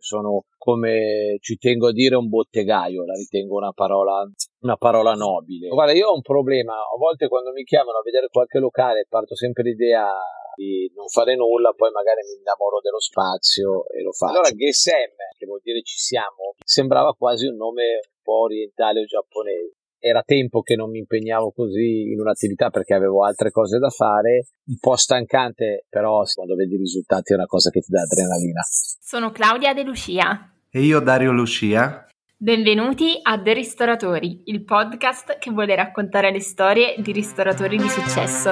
sono, come ci tengo a dire, un bottegaio, la ritengo una parola nobile. Guarda, io ho un problema, a volte quando mi chiamano a vedere qualche locale parto sempre l'idea di non fare nulla, poi magari mi innamoro dello spazio e lo faccio. Allora GSM, che vuol dire ci siamo, sembrava quasi un nome un po' orientale o giapponese. Era tempo che non mi impegnavo così in un'attività perché avevo altre cose da fare, un po' stancante, però quando vedi i risultati è una cosa che ti dà adrenalina. Sono Claudia De Lucia. E io Dario Lucia. Benvenuti a The Ristoratori, il podcast che vuole raccontare le storie di ristoratori di successo.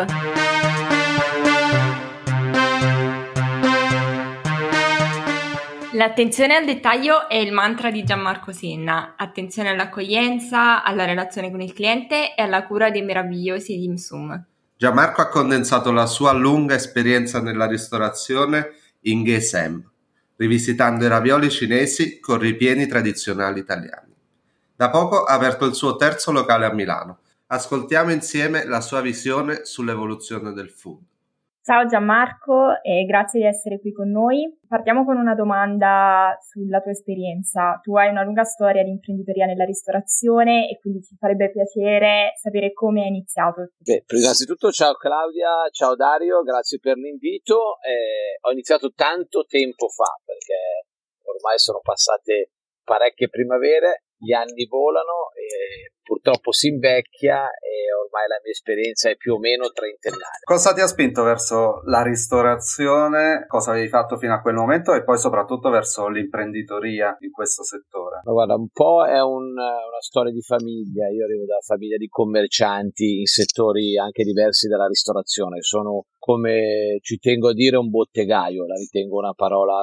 L'attenzione al dettaglio è il mantra di Gianmarco Senna. Attenzione all'accoglienza, alla relazione con il cliente e alla cura dei meravigliosi dim sum. Gianmarco ha condensato la sua lunga esperienza nella ristorazione in GSM, rivisitando i ravioli cinesi con ripieni tradizionali italiani. Da poco ha aperto il suo terzo locale a Milano. Ascoltiamo insieme la sua visione sull'evoluzione del food. Ciao Gianmarco e grazie di essere qui con noi. Partiamo con una domanda sulla tua esperienza. Tu hai una lunga storia di imprenditoria nella ristorazione e quindi ci farebbe piacere sapere come hai iniziato. Innanzitutto ciao Claudia, ciao Dario, grazie per l'invito. Ho iniziato tanto tempo fa perché ormai sono passate parecchie primavere, gli anni volano e purtroppo si invecchia e ormai la mia esperienza è più o meno trentennale. Cosa ti ha spinto verso la ristorazione? Cosa avevi fatto fino a quel momento e poi soprattutto verso l'imprenditoria in questo settore? Ma guarda, un po' è una storia di famiglia. Io arrivo da una famiglia di commercianti in settori anche diversi dalla ristorazione. Sono, come ci tengo a dire, un bottegaio, la ritengo una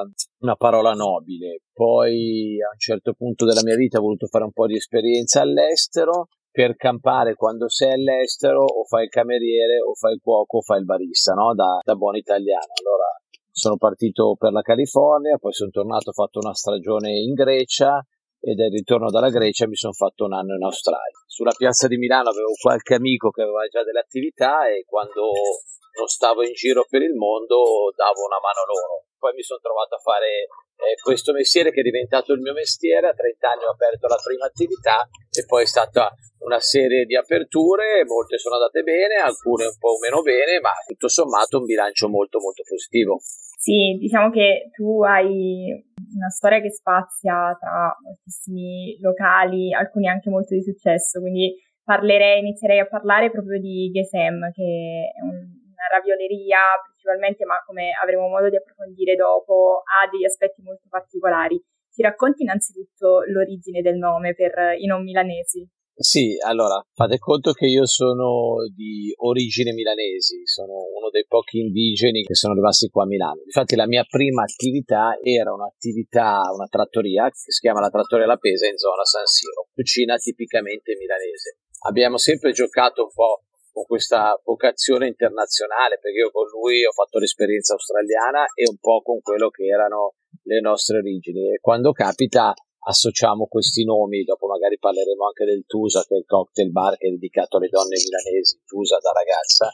parola nobile. Poi a un certo punto della mia vita ho voluto fare un po' di esperienza all'estero. Per campare quando sei all'estero o fai il cameriere o fai il cuoco o fai il barista, no? Da buon italiano. Allora sono partito per la California, poi sono tornato, ho fatto una stagione in Grecia e dal ritorno dalla Grecia mi sono fatto un anno in Australia. Sulla piazza di Milano avevo qualche amico che aveva già delle attività e quando non stavo in giro per il mondo davo una mano loro. Poi mi sono trovato a fare questo mestiere che è diventato il mio mestiere. A 30 anni ho aperto la prima attività e poi è stata una serie di aperture, molte sono andate bene, alcune un po' meno bene, ma tutto sommato un bilancio molto molto positivo. Sì, diciamo che tu hai una storia che spazia tra moltissimi locali, alcuni anche molto di successo, quindi inizierei a parlare proprio di GSM, che è una ravioleria principalmente, ma come avremo modo di approfondire dopo, ha degli aspetti molto particolari. Ci racconti innanzitutto l'origine del nome per i non milanesi? Sì, allora, fate conto che io sono di origini milanesi, sono uno dei pochi indigeni che sono rimasti qua a Milano. Infatti la mia prima attività era una trattoria, che si chiama la Trattoria La Pesa in zona San Siro, cucina tipicamente milanese. Abbiamo sempre giocato un po' con questa vocazione internazionale, perché io con lui ho fatto l'esperienza australiana e un po' con quello che erano le nostre origini. E quando capita associamo questi nomi, dopo magari parleremo anche del Tusa, che è il cocktail bar che è dedicato alle donne milanesi, Tusa da ragazza,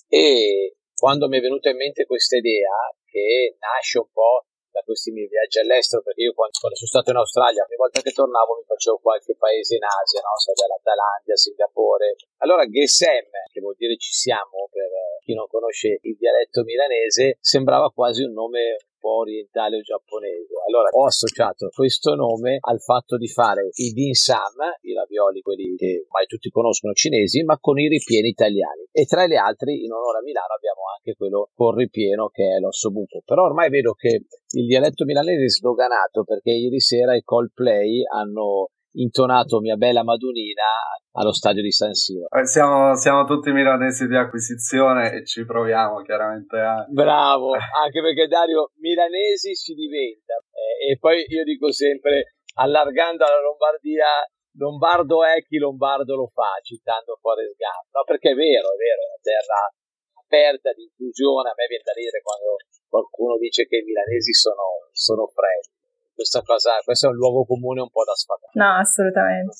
e quando mi è venuta in mente questa idea, che nasce un po' da questi miei viaggi all'estero, perché io quando sono stato in Australia, ogni volta che tornavo mi facevo qualche paese in Asia, no? La Thailandia, Singapore. Allora GSM, che vuol dire ci siamo per chi non conosce il dialetto milanese, sembrava quasi un nome un po' orientale o giapponese. Allora ho associato questo nome al fatto di fare i dim sum, i ravioli, quelli che ormai tutti conoscono cinesi, ma con i ripieni italiani. E tra gli altri, in onore a Milano, abbiamo anche quello con ripieno che è l'ossobuco. Però ormai vedo che il dialetto milanese è sdoganato, perché ieri sera i Coldplay hanno intonato Mia bella Madonnina allo stadio di San Siro. Siamo tutti milanesi di acquisizione e ci proviamo chiaramente a... Bravo, anche perché Dario, milanesi si diventa. E poi io dico sempre, allargando alla Lombardia, lombardo è chi lombardo lo fa, citando Forrest Gump. No, perché è vero, è una terra aperta di inclusione. A me viene da ridere quando qualcuno dice che i milanesi sono freddi. Questo è un luogo comune un po' da sfatare. No, assolutamente.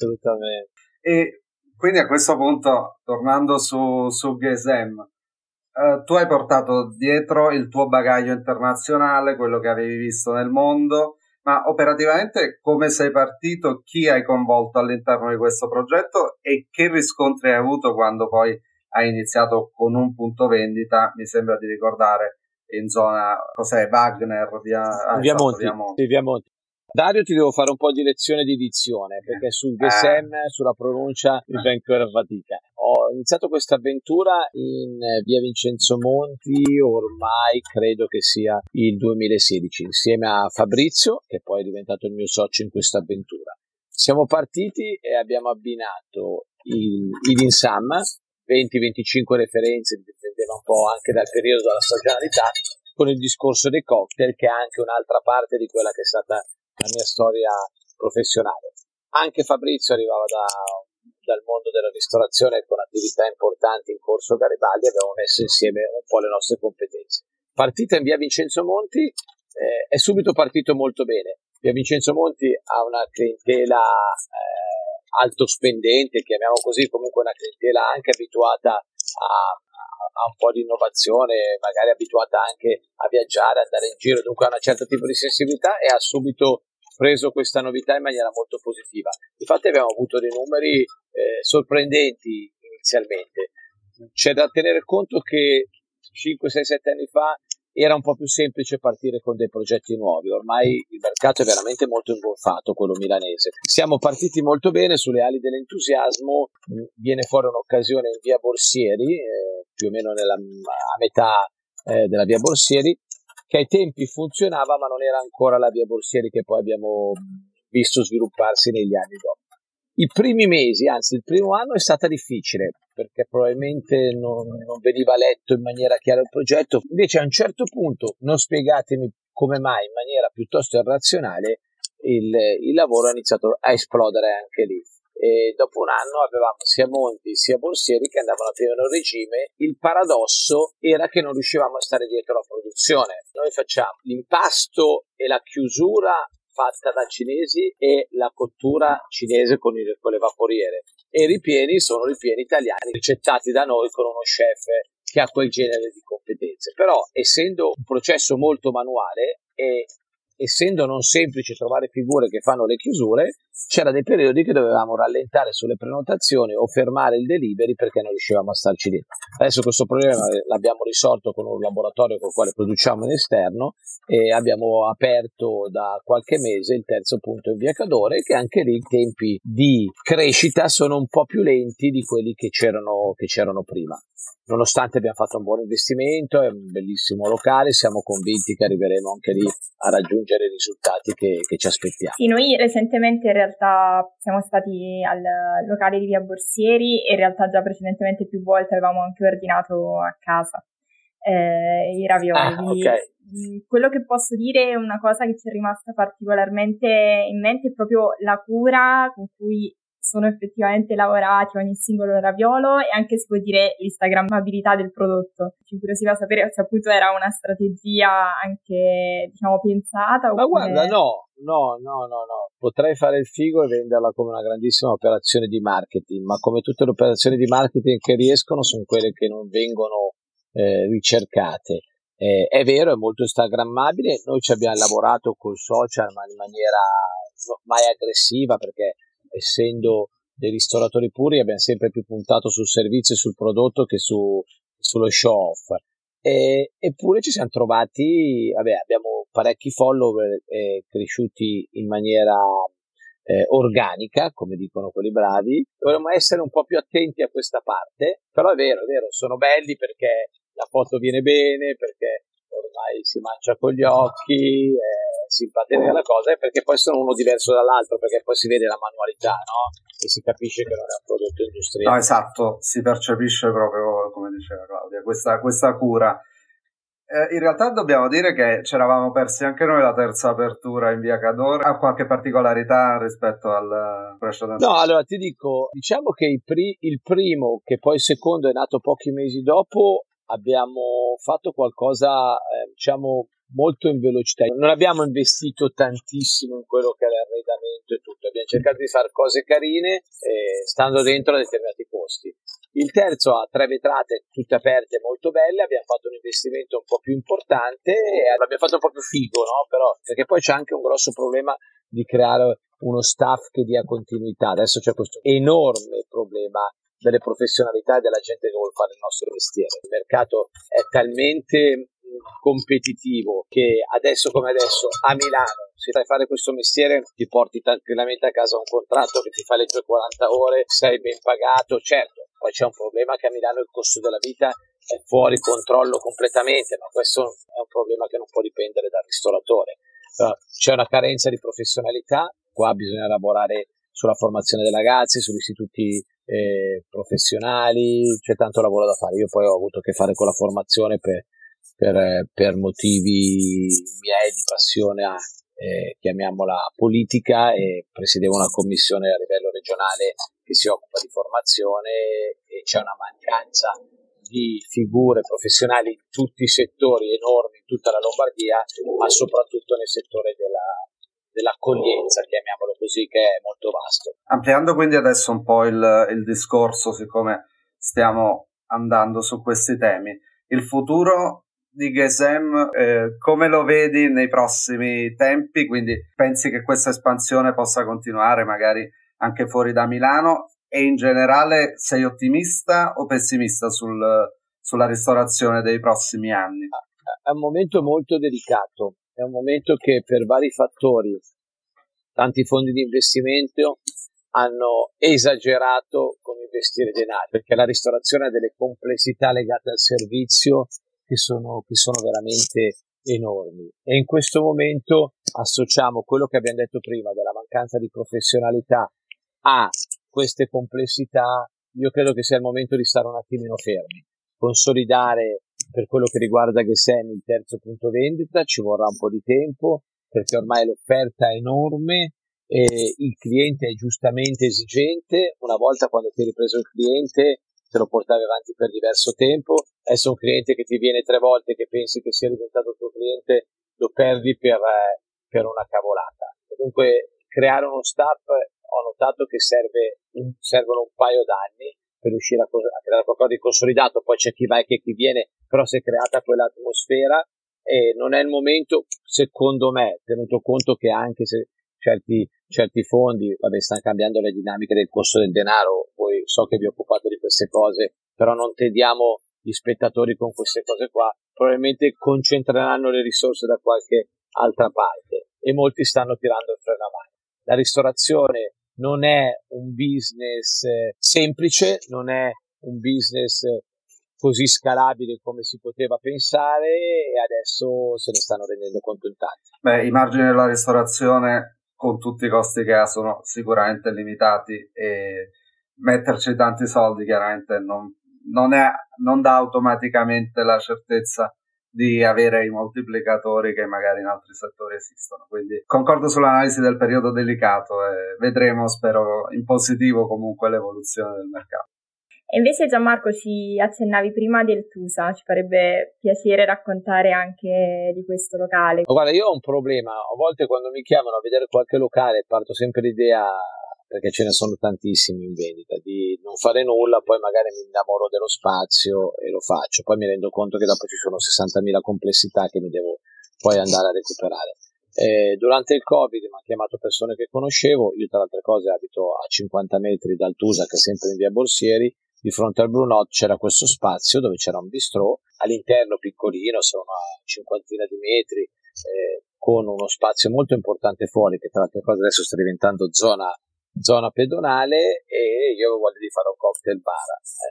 E quindi a questo punto, tornando su GSM, tu hai portato dietro il tuo bagaglio internazionale, quello che avevi visto nel mondo, Ma operativamente come sei partito, chi hai coinvolto all'interno di questo progetto e che riscontri hai avuto quando poi hai iniziato con un punto vendita, mi sembra di ricordare, in zona, cos'è, Wagner, Via Monti. Dario, ti devo fare un po' di lezione di dizione, perché sul GSM, sulla pronuncia, mi fa ancora fatica. Ho iniziato questa avventura in via Vincenzo Monti, ormai credo che sia il 2016, insieme a Fabrizio, che poi è diventato il mio socio in questa avventura. Siamo partiti e abbiamo abbinato il Insam, 20-25 referenze, dipendeva un po' anche dal periodo della stagionalità, con il discorso dei cocktail, che è anche un'altra parte di quella che è stata la mia storia professionale. Anche Fabrizio arrivava dal mondo della ristorazione con attività importanti in Corso Garibaldi, abbiamo messo insieme un po' le nostre competenze. Partita in via Vincenzo Monti, è subito partito molto bene. Via Vincenzo Monti ha una clientela alto spendente, chiamiamo così, comunque una clientela anche abituata a un po' di innovazione, magari abituata anche a viaggiare, andare in giro, dunque ha un certo tipo di sensibilità e ha subito preso questa novità in maniera molto positiva. Infatti abbiamo avuto dei numeri sorprendenti inizialmente. C'è da tenere conto che 5, 6, 7 anni fa era un po' più semplice partire con dei progetti nuovi, ormai il mercato è veramente molto ingolfato, quello milanese. Siamo partiti molto bene sulle ali dell'entusiasmo, viene fuori un'occasione in via Borsieri, più o meno a metà della via Borsieri, che ai tempi funzionava ma non era ancora la via Borsieri che poi abbiamo visto svilupparsi negli anni dopo. I primi mesi, anzi il primo anno è stata difficile perché probabilmente non veniva letto in maniera chiara il progetto, invece a un certo punto, non spiegatemi come mai, in maniera piuttosto irrazionale, il lavoro ha iniziato a esplodere anche lì. E dopo un anno avevamo sia Monti sia Borsieri che andavano a pieno regime. Il paradosso era che non riuscivamo a stare dietro la produzione. Noi facciamo l'impasto e la chiusura fatta da cinesi e la cottura cinese con le vaporiere, e i ripieni sono ripieni italiani ricettati da noi con uno chef che ha quel genere di competenze. Però essendo un processo molto manuale e essendo non semplice trovare figure che fanno le chiusure, c'era dei periodi che dovevamo rallentare sulle prenotazioni o fermare il delivery perché non riuscivamo a starci dentro. Adesso questo problema l'abbiamo risolto con un laboratorio con il quale produciamo in esterno e abbiamo aperto da qualche mese il terzo punto in via Cadore, che anche lì i tempi di crescita sono un po' più lenti di quelli che c'erano prima. Nonostante abbiamo fatto un buon investimento, è un bellissimo locale, siamo convinti che arriveremo anche lì a raggiungere i risultati che ci aspettiamo. Sì, noi recentemente in realtà siamo stati al locale di via Borsieri e in realtà già precedentemente più volte avevamo anche ordinato a casa i ravioli. Okay. Quello che posso dire è una cosa che ci è rimasta particolarmente in mente, è proprio la cura con cui sono effettivamente lavorati ogni singolo raviolo e anche, si può dire, l'instagrammabilità del prodotto. Ci incuriosiva sapere se appunto era una strategia anche, diciamo, pensata. Ma oppure... guarda, no. Potrei fare il figo e venderla come una grandissima operazione di marketing, ma come tutte le operazioni di marketing che riescono sono quelle che non vengono ricercate. È vero, è molto instagrammabile, noi ci abbiamo lavorato col social ma in maniera mai aggressiva, perché essendo dei ristoratori puri abbiamo sempre più puntato sul servizio e sul prodotto che sullo show off. Eppure ci siamo trovati, abbiamo parecchi follower cresciuti in maniera organica, come dicono quelli bravi. Dovremmo essere un po' più attenti a questa parte, però è vero, sono belli perché la foto viene bene, perché ormai si mangia con gli occhi, simpatica la cosa, e perché poi sono uno diverso dall'altro, perché poi si vede la manualità, no? E si capisce che non è un prodotto industriale. No, esatto, si percepisce proprio, come diceva Claudia, questa cura. In realtà dobbiamo dire che ci eravamo persi anche noi la terza apertura in via Cadore. Ha qualche particolarità rispetto al precedente? No, allora ti dico, diciamo che il primo, che poi il secondo è nato pochi mesi dopo, abbiamo fatto qualcosa, diciamo, molto in velocità. Non abbiamo investito tantissimo in quello che è l'arredamento e tutto, abbiamo cercato di fare cose carine stando dentro a determinati costi. Il terzo ha 3 vetrate tutte aperte, molto belle. Abbiamo fatto un investimento un po' più importante e l'abbiamo fatto un po' più figo, no? Però, perché poi c'è anche un grosso problema di creare uno staff che dia continuità. Adesso c'è questo enorme problema delle professionalità e della gente che vuole fare il nostro mestiere. Il mercato è talmente competitivo che adesso come adesso a Milano, se sai fare questo mestiere, ti porti tranquillamente a casa un contratto che ti fa le tue 40 ore, sei ben pagato. Certo, poi c'è un problema che a Milano il costo della vita è fuori controllo completamente, ma questo è un problema che non può dipendere dal ristoratore. Però c'è una carenza di professionalità, qua bisogna lavorare sulla formazione dei ragazzi, sugli istituti professionali, c'è tanto lavoro da fare. Io poi ho avuto a che fare con la formazione per motivi miei di passione, chiamiamola politica, e presiedevo una commissione a livello regionale che si occupa di formazione, e c'è una mancanza di figure professionali in tutti i settori enormi in tutta la Lombardia, ma soprattutto nel settore dell'accoglienza, chiamiamolo così, che è molto vasto. Ampliando quindi adesso un po' il discorso, siccome stiamo andando su questi temi, il futuro di Gesem, come lo vedi nei prossimi tempi? Quindi pensi che questa espansione possa continuare magari anche fuori da Milano, e in generale sei ottimista o pessimista sulla ristorazione dei prossimi anni? È un momento molto delicato, è un momento che per vari fattori, tanti fondi di investimento hanno esagerato con investire denaro, perché la ristorazione ha delle complessità legate al servizio che sono veramente enormi, e in questo momento associamo quello che abbiamo detto prima della mancanza di professionalità a queste complessità. Io credo che sia il momento di stare un attimino fermi, consolidare per quello che riguarda Gesem il terzo punto vendita. Ci vorrà un po' di tempo perché ormai l'offerta è enorme e il cliente è giustamente esigente. Una volta, quando ti hai ripreso il cliente, te lo portavi avanti per diverso tempo. Adesso un cliente che ti viene 3 volte, che pensi che sia diventato tuo cliente, lo perdi per una cavolata. Dunque creare uno staff, ho notato che servono un paio d'anni per riuscire a creare qualcosa di consolidato. Poi c'è chi va e chi viene, però si è creata quell'atmosfera, e non è il momento, secondo me, tenuto conto che anche se certi fondi, stanno cambiando le dinamiche del costo del denaro. Voi so che vi occupate di queste cose, però non tediamo gli spettatori con queste cose qua. Probabilmente concentreranno le risorse da qualche altra parte, e molti stanno tirando il freno a mano. La ristorazione non è un business semplice, non è un business così scalabile come si poteva pensare, e adesso se ne stanno rendendo conto in tanti. I margini della ristorazione, con tutti i costi che ha, sono sicuramente limitati, e metterci tanti soldi chiaramente non dà automaticamente la certezza di avere i moltiplicatori che magari in altri settori esistono. Quindi concordo sull'analisi del periodo delicato, e vedremo, spero in positivo, comunque l'evoluzione del mercato. E invece, Gianmarco, ci accennavi prima del TUSA, ci farebbe piacere raccontare anche di questo locale. Guarda, io ho un problema, a volte quando mi chiamano a vedere qualche locale parto sempre l'idea, perché ce ne sono tantissimi in vendita, di non fare nulla, poi magari mi innamoro dello spazio e lo faccio, poi mi rendo conto che dopo ci sono 60.000 complessità che mi devo poi andare a recuperare. Durante il Covid mi hanno chiamato persone che conoscevo. Io, tra le altre cose, abito a 50 metri dal TUSA, che è sempre in via Borsieri. Di fronte al Brunot c'era questo spazio dove c'era un bistrò, all'interno piccolino, sono una 50 di metri, con uno spazio molto importante fuori, che tra le altre cose adesso sta diventando zona pedonale, e io avevo voglia di fare un cocktail bar.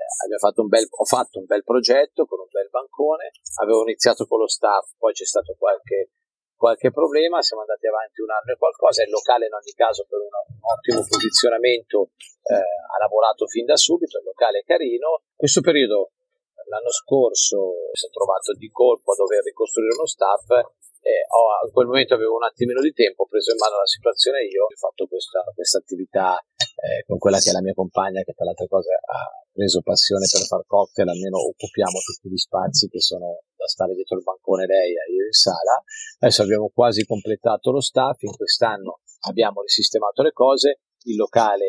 Ho fatto un bel progetto con un bel bancone, avevo iniziato con lo staff, poi c'è stato qualche problema, siamo andati avanti un anno e qualcosa. Il locale, in ogni caso, per un ottimo posizionamento, ha lavorato fin da subito. Il locale è carino. Questo periodo, l'anno scorso, mi sono trovato di colpo a dover ricostruire uno staff, in quel momento avevo un attimino di tempo, ho preso in mano la situazione io, ho fatto questa attività con quella che è la mia compagna, che tra le altre cose ha preso passione per far cocktail. Almeno occupiamo tutti gli spazi che sono da stare dietro il bancone, lei e io in sala. Adesso abbiamo quasi completato lo staff, in quest'anno abbiamo risistemato le cose, il locale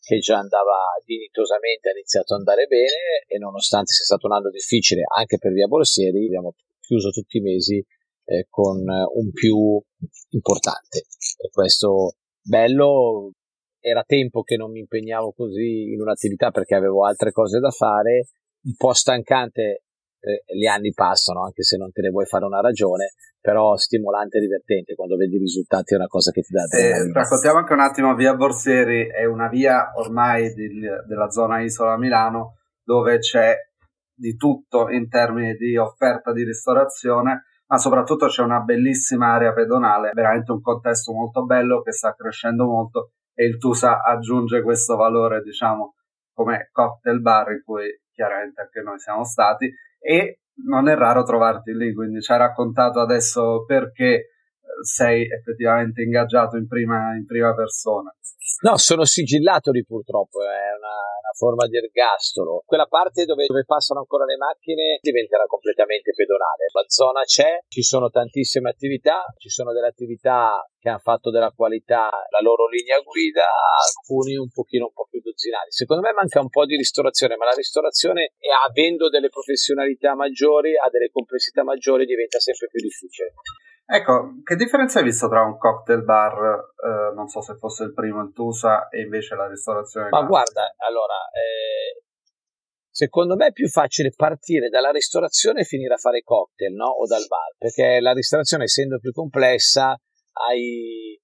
che già andava dignitosamente, ha iniziato ad andare bene, e nonostante sia stato un anno difficile anche per Via Borsieri, abbiamo chiuso tutti i mesi con un più importante, e questo bello. Era tempo che non mi impegnavo così in un'attività perché avevo altre cose da fare, un po' stancante, gli anni passano anche se non te ne vuoi fare una ragione, però stimolante e divertente quando vedi i risultati, è una cosa che ti dà raccontiamo anche un attimo. Via Borsieri è una via ormai della zona Isola Milano, dove c'è di tutto in termini di offerta di ristorazione, ma soprattutto c'è una bellissima area pedonale, veramente un contesto molto bello che sta crescendo molto, e il Tusa aggiunge questo valore, diciamo, come cocktail bar in cui chiaramente anche noi siamo stati, e non è raro trovarti lì, quindi ci hai raccontato adesso perché sei effettivamente ingaggiato in prima persona. No, sono sigillato lì, purtroppo, è una forma di ergastolo. Quella parte dove passano ancora le macchine diventerà completamente pedonale. La zona c'è, ci sono tantissime attività, ci sono delle attività che hanno fatto della qualità la loro linea guida, alcuni un po' più dozzinali. Secondo me manca un po' di ristorazione, ma la ristorazione, avendo delle professionalità maggiori, ha delle complessità maggiori, diventa sempre più difficile. Ecco, che differenza hai visto tra un cocktail bar, non so se fosse il primo, il Tusa, e invece la ristorazione? Ma guarda, allora, secondo me è più facile partire dalla ristorazione e finire a fare cocktail, no? O dal bar, perché la ristorazione, essendo più complessa, hai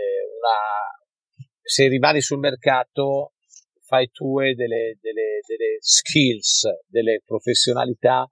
se rimani sul mercato fai tue delle skills, delle professionalità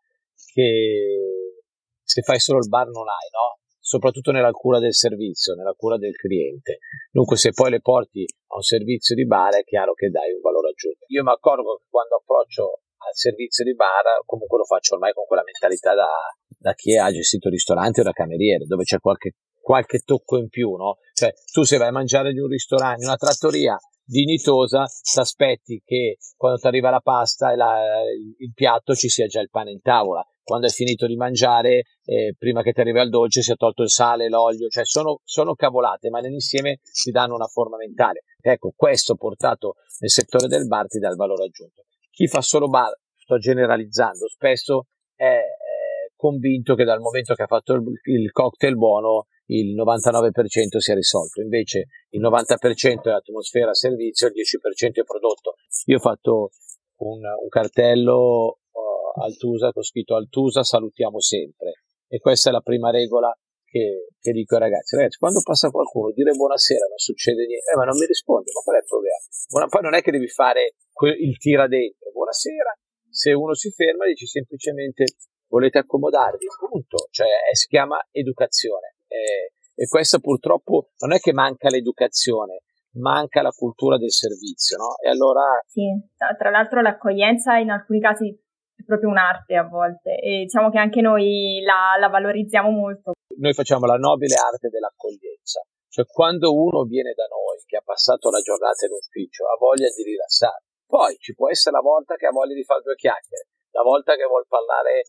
che se fai solo il bar non hai, no? Soprattutto nella cura del servizio, nella cura del cliente. Dunque, se poi le porti a un servizio di bar, è chiaro che dai un valore aggiunto. Io mi accorgo che quando approccio al servizio di bar, comunque lo faccio ormai con quella mentalità da chi ha gestito ristoranti o da cameriere, dove c'è qualche tocco in più, no? Cioè, tu se vai a mangiare in un ristorante, in una trattoria dignitosa, ti aspetti che quando ti arriva la pasta e il piatto ci sia già il pane in tavola. Quando hai finito di mangiare, prima che ti arrivi al dolce, si è tolto il sale, l'olio, cioè sono cavolate, ma nell'insieme ti danno una forma mentale. Ecco, questo portato nel settore del bar ti dà il valore aggiunto. Chi fa solo bar, sto generalizzando, spesso è convinto che dal momento che ha fatto il cocktail buono, il 99% sia risolto. Invece il 90% è atmosfera, servizio, il 10% è prodotto. Io ho fatto un cartello al Tusa, ho scritto: al Tusa salutiamo sempre, e questa è la prima regola che dico ai ragazzi, quando passa qualcuno, dire buonasera, non succede niente, ma non mi risponde, ma qual è il problema? Poi non è che devi fare il tira dentro, buonasera, se uno si ferma dici semplicemente volete accomodarvi, punto, cioè si chiama educazione, e questa purtroppo non è che manca l'educazione, manca la cultura del servizio, no? E allora sì, tra l'altro l'accoglienza in alcuni casi è proprio un'arte a volte, e diciamo che anche noi la valorizziamo molto. Noi facciamo la nobile arte dell'accoglienza, cioè quando uno viene da noi che ha passato la giornata in ufficio, ha voglia di rilassare, poi ci può essere la volta che ha voglia di fare due chiacchiere, la volta che vuol parlare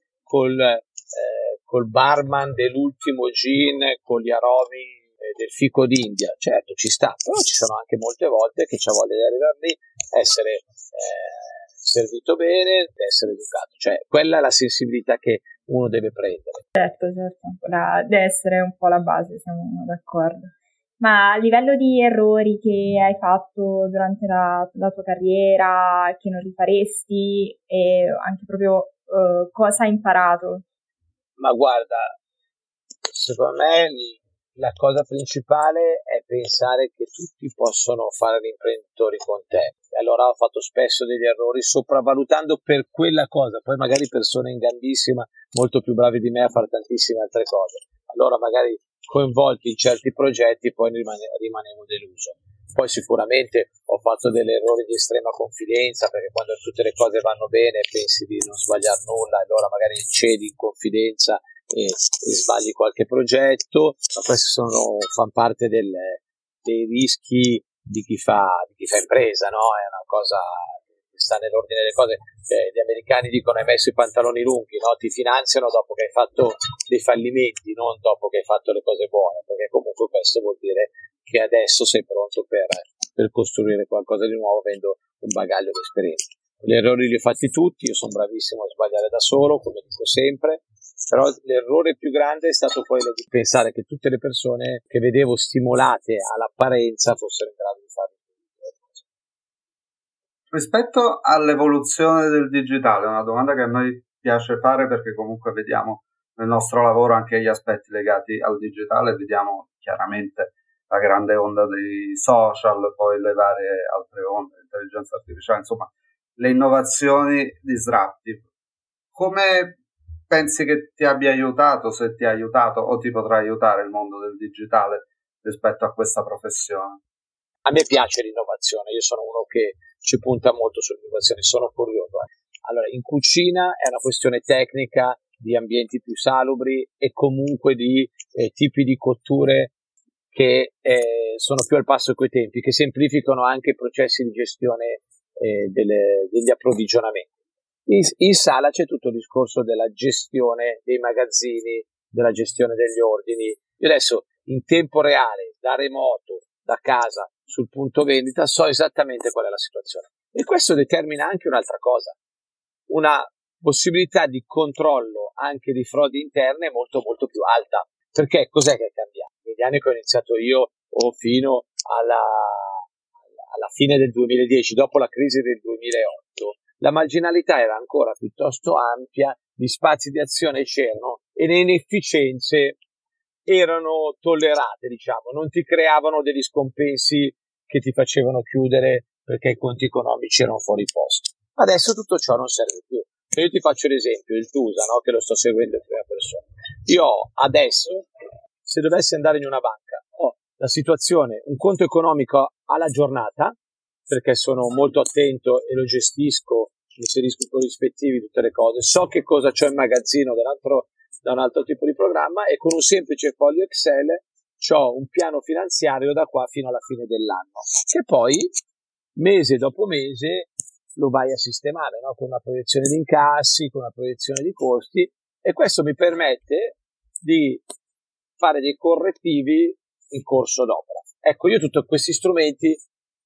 col barman dell'ultimo gin, con gli aromi del fico d'India, certo ci sta, però ci sono anche molte volte che c'ha voglia di arrivare lì, essere servito bene, essere educato, cioè quella è la sensibilità che uno deve prendere. Certo, deve essere un po' la base, siamo d'accordo. Ma a livello di errori che hai fatto durante la tua carriera, che non rifaresti, e anche proprio cosa hai imparato? Ma guarda, secondo me la cosa principale è pensare che tutti possono fare gli imprenditori con te. E allora ho fatto spesso degli errori sopravvalutando per quella cosa, poi magari persone in gambissima, molto più bravi di me a fare tantissime altre cose. Allora magari coinvolti in certi progetti poi rimanevo deluso. Poi sicuramente ho fatto degli errori di estrema confidenza, perché quando tutte le cose vanno bene pensi di non sbagliare nulla, allora magari cedi in confidenza e sbagli qualche progetto, ma questi fanno parte dei rischi di chi fa impresa, no? È una cosa che sta nell'ordine delle cose. Gli americani dicono: hai messo i pantaloni lunghi, no? Ti finanziano dopo che hai fatto dei fallimenti, non dopo che hai fatto le cose buone, perché comunque questo vuol dire che adesso sei pronto per per costruire qualcosa di nuovo avendo un bagaglio di esperienza. Gli errori li ho fatti tutti, io sono bravissimo a sbagliare da solo, come dico sempre, però l'errore più grande è stato quello di pensare che tutte le persone che vedevo stimolate all'apparenza fossero in grado di fare cose. Rispetto all'evoluzione del digitale, una domanda che a noi piace fare perché comunque vediamo nel nostro lavoro anche gli aspetti legati al digitale, vediamo chiaramente la grande onda dei social, poi le varie altre onde, l'intelligenza artificiale, insomma le innovazioni disruptive. Come pensi che ti abbia aiutato, se ti ha aiutato o ti potrà aiutare il mondo del digitale rispetto a questa professione? A me piace l'innovazione, io sono uno che ci punta molto sull'innovazione, sono curioso. Allora, in cucina è una questione tecnica di ambienti più salubri e comunque di tipi di cotture che sono più al passo coi tempi, che semplificano anche i processi di gestione degli approvvigionamenti. In sala c'è tutto il discorso della gestione dei magazzini, della gestione degli ordini. Io adesso in tempo reale, da remoto, da casa, sul punto vendita, so esattamente qual è la situazione. E questo determina anche un'altra cosa, una possibilità di controllo anche di frodi interne molto molto più alta. Perché cos'è che è cambiato? Negli anni che ho iniziato io o fino alla fine del 2010, dopo la crisi del 2008, la marginalità era ancora piuttosto ampia, gli spazi di azione c'erano e le inefficienze erano tollerate, diciamo, non ti creavano degli scompensi che ti facevano chiudere perché i conti economici erano fuori posto. Adesso tutto ciò non serve più. Io ti faccio l'esempio, il TUSA, no, che lo sto seguendo in prima persona. Io adesso, se dovessi andare in una banca, ho la situazione, un conto economico alla giornata, perché sono molto attento e lo gestisco, inserisco i corrispettivi, tutte le cose, so che cosa c'ho in magazzino da un altro tipo di programma e con un semplice foglio Excel ho un piano finanziario da qua fino alla fine dell'anno, che poi mese dopo mese lo vai a sistemare, no? Con una proiezione di incassi, con una proiezione di costi, e questo mi permette di fare dei correttivi in corso d'opera. Ecco, io tutti questi strumenti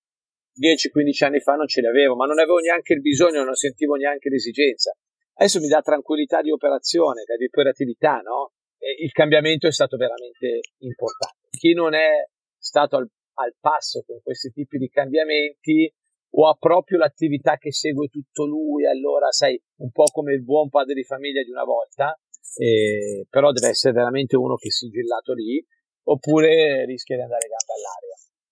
10-15 anni fa non ce li avevo, ma non avevo neanche il bisogno, non sentivo neanche l'esigenza. Adesso mi dà tranquillità di operazione, di operatività, no? E il cambiamento è stato veramente importante. Chi non è stato al passo con questi tipi di cambiamenti o ha proprio l'attività che segue tutto lui, allora sai, un po' come il buon padre di famiglia di una volta, però deve essere veramente uno che è sigillato lì, oppure rischia di andare gambe all'aria.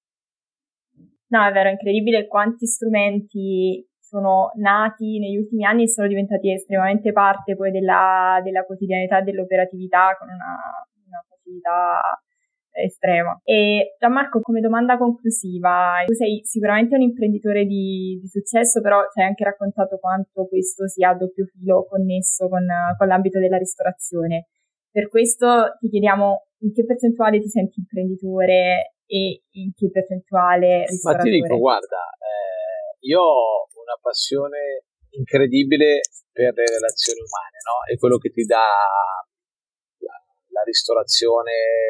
No, è vero, è incredibile quanti strumenti sono nati negli ultimi anni e sono diventati estremamente parte poi della quotidianità e dell'operatività con una facilità estrema. E Gianmarco, come domanda conclusiva, tu sei sicuramente un imprenditore di successo, però ci hai anche raccontato quanto questo sia a doppio filo connesso con l'ambito della ristorazione. Per questo ti chiediamo in che percentuale ti senti imprenditore e in che percentuale ristoratore. Ma ti dico, guarda, io ho una passione incredibile per le relazioni umane, no? E quello che ti dà la ristorazione,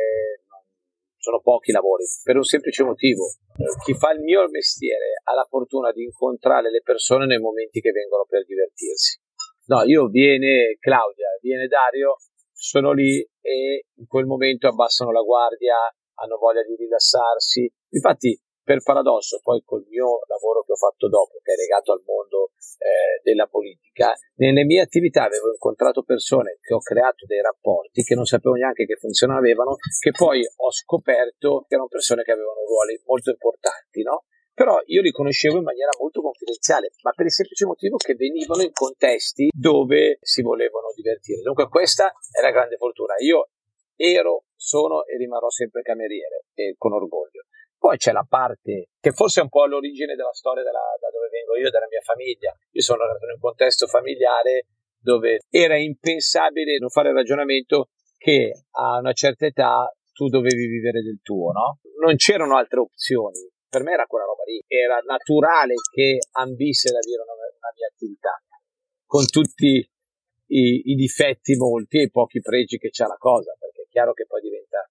sono pochi lavori, per un semplice motivo. Chi fa il mio mestiere ha la fortuna di incontrare le persone nei momenti che vengono per divertirsi. No, viene Claudia, viene Dario, sono lì e in quel momento abbassano la guardia, hanno voglia di rilassarsi. Infatti, per paradosso, poi col mio lavoro che ho fatto dopo, che è legato al mondo della politica, nelle mie attività avevo incontrato persone che ho creato dei rapporti che non sapevo neanche che funzionavano, che poi ho scoperto che erano persone che avevano ruoli molto importanti, no? Però io li conoscevo in maniera molto confidenziale, ma per il semplice motivo che venivano in contesti dove si volevano divertire. Dunque questa è la grande fortuna. Io sono e rimarrò sempre cameriere, e con orgoglio. Poi c'è la parte che forse è un po' all'origine della storia da dove vengo io, dalla mia famiglia. Io sono nato in un contesto familiare dove era impensabile non fare il ragionamento che a una certa età tu dovevi vivere del tuo, no? Non c'erano altre opzioni. Per me era quella roba lì. Era naturale che ambisse ad avere una mia attività, con tutti i difetti molti e i pochi pregi che c'ha la cosa, perché è chiaro che poi diventa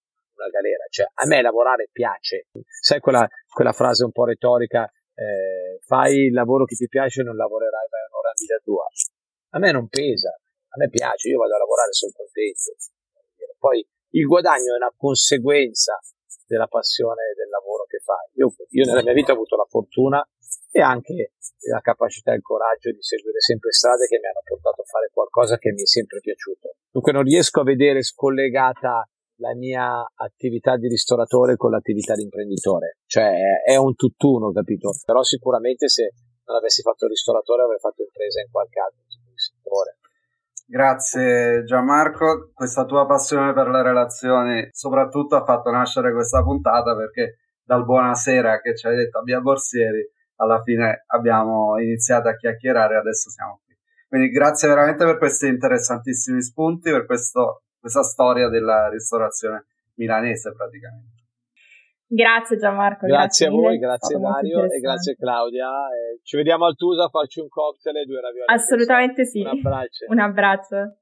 una galera. Cioè, a me lavorare piace. Sai quella frase un po' retorica, fai il lavoro che ti piace e non lavorerai mai un'ora in vita tua. A me non pesa, a me piace, io vado a lavorare, sono contento. Poi il guadagno è una conseguenza della passione del lavoro che fai. Io nella mia vita ho avuto la fortuna e anche la capacità e il coraggio di seguire sempre strade che mi hanno portato a fare qualcosa che mi è sempre piaciuto. Dunque non riesco a vedere scollegata la mia attività di ristoratore con l'attività di imprenditore, cioè è un tutt'uno, capito? Però sicuramente se non avessi fatto il ristoratore avrei fatto impresa in qualche altro tipo di settore. Grazie Gianmarco, questa tua passione per le relazioni soprattutto ha fatto nascere questa puntata, perché dal buonasera che ci hai detto a Via Borsieri alla fine abbiamo iniziato a chiacchierare e adesso siamo qui. Quindi grazie veramente per questi interessantissimi spunti, per questa storia della ristorazione milanese praticamente. Grazie Gianmarco. Grazie a voi, grazie Dario e grazie Claudia. Ci vediamo al Tusa a farci un cocktail e 2 ravioli. Assolutamente sì. Un abbraccio. Un abbraccio.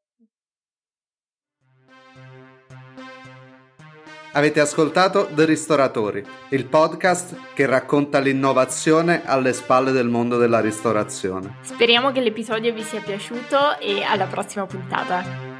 Avete ascoltato The Ristoratori, il podcast che racconta l'innovazione alle spalle del mondo della ristorazione. Speriamo che l'episodio vi sia piaciuto e alla prossima puntata.